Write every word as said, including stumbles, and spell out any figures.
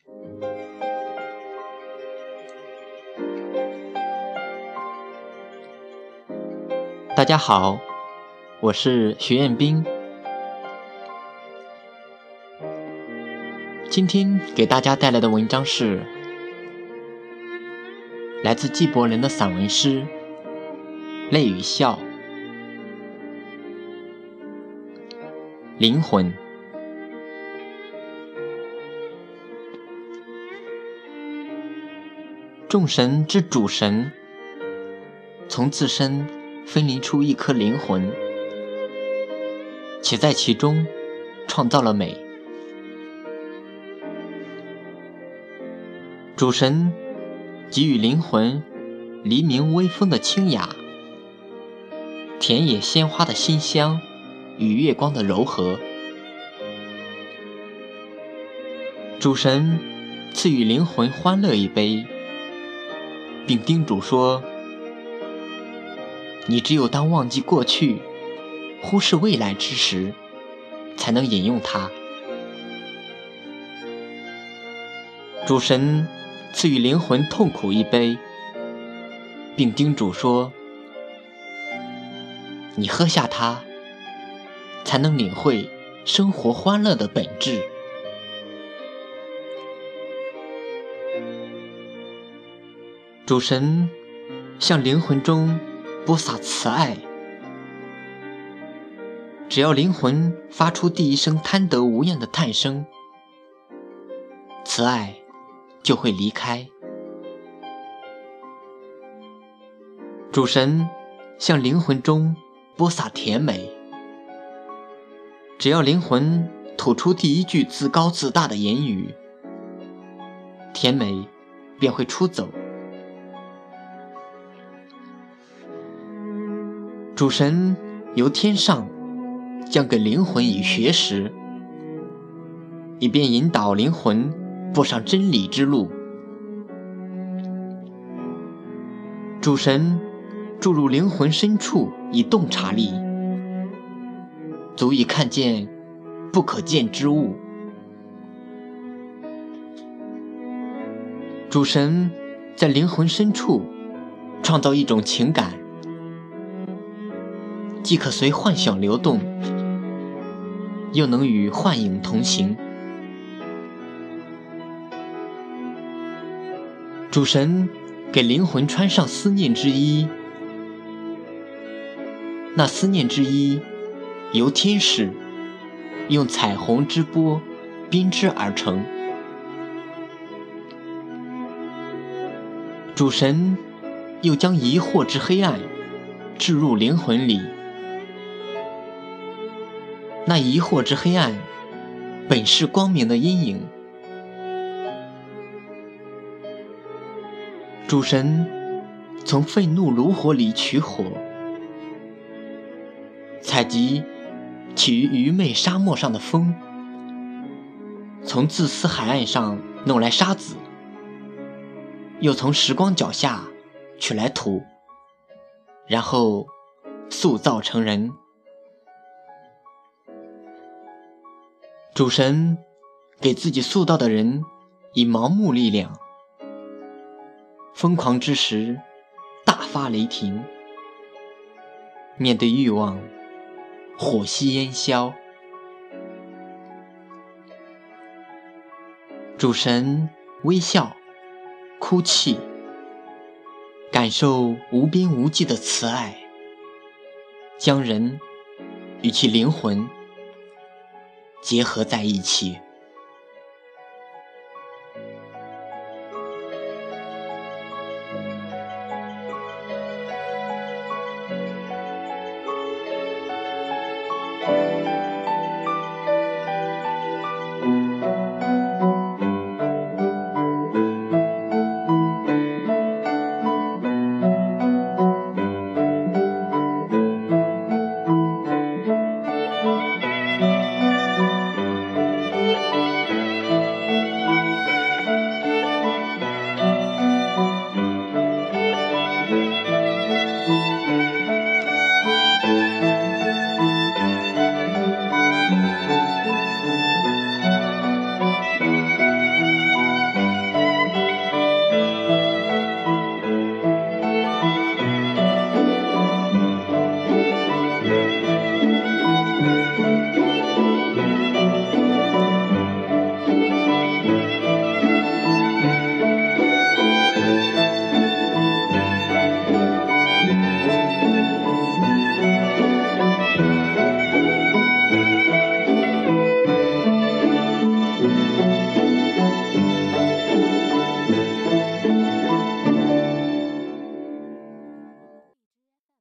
大家好，我是徐彦斌。今天给大家带来的文章是来自纪伯伦的散文诗《泪与笑》。灵魂，众神之主神，从自身分离出一颗灵魂，且在其中创造了美。主神给予灵魂黎明微风的清雅，田野鲜花的馨香与月光的柔和。主神赐予灵魂欢乐一杯，并叮嘱说，你只有当忘记过去，忽视未来之时，才能饮用它。主神赐予灵魂痛苦一杯，并叮嘱说，你喝下它，才能领会生活欢乐的本质。主神向灵魂中播撒慈爱，只要灵魂发出第一声贪得无厌的叹声，慈爱就会离开。主神向灵魂中播撒甜美，只要灵魂吐出第一句自高自大的言语，甜美便会出走。主神由天上降给灵魂以学识，以便引导灵魂步上真理之路。主神注入灵魂深处以洞察力，足以看见不可见之物。主神在灵魂深处创造一种情感，既可随幻想流动，又能与幻影同行。主神给灵魂穿上思念之衣，那思念之衣由天使用彩虹之波编织而成。主神又将疑惑之黑暗置入灵魂里，那疑惑之黑暗本是光明的阴影。主神从愤怒炉火里取火，采集起于愚昧沙漠上的风，从自私海岸上弄来沙子，又从时光脚下取来土，然后塑造成人。主神给自己塑造的人以盲目力量，疯狂之时大发雷霆，面对欲望火熄烟消。主神微笑哭泣，感受无边无际的慈爱，将人与其灵魂结合在一起。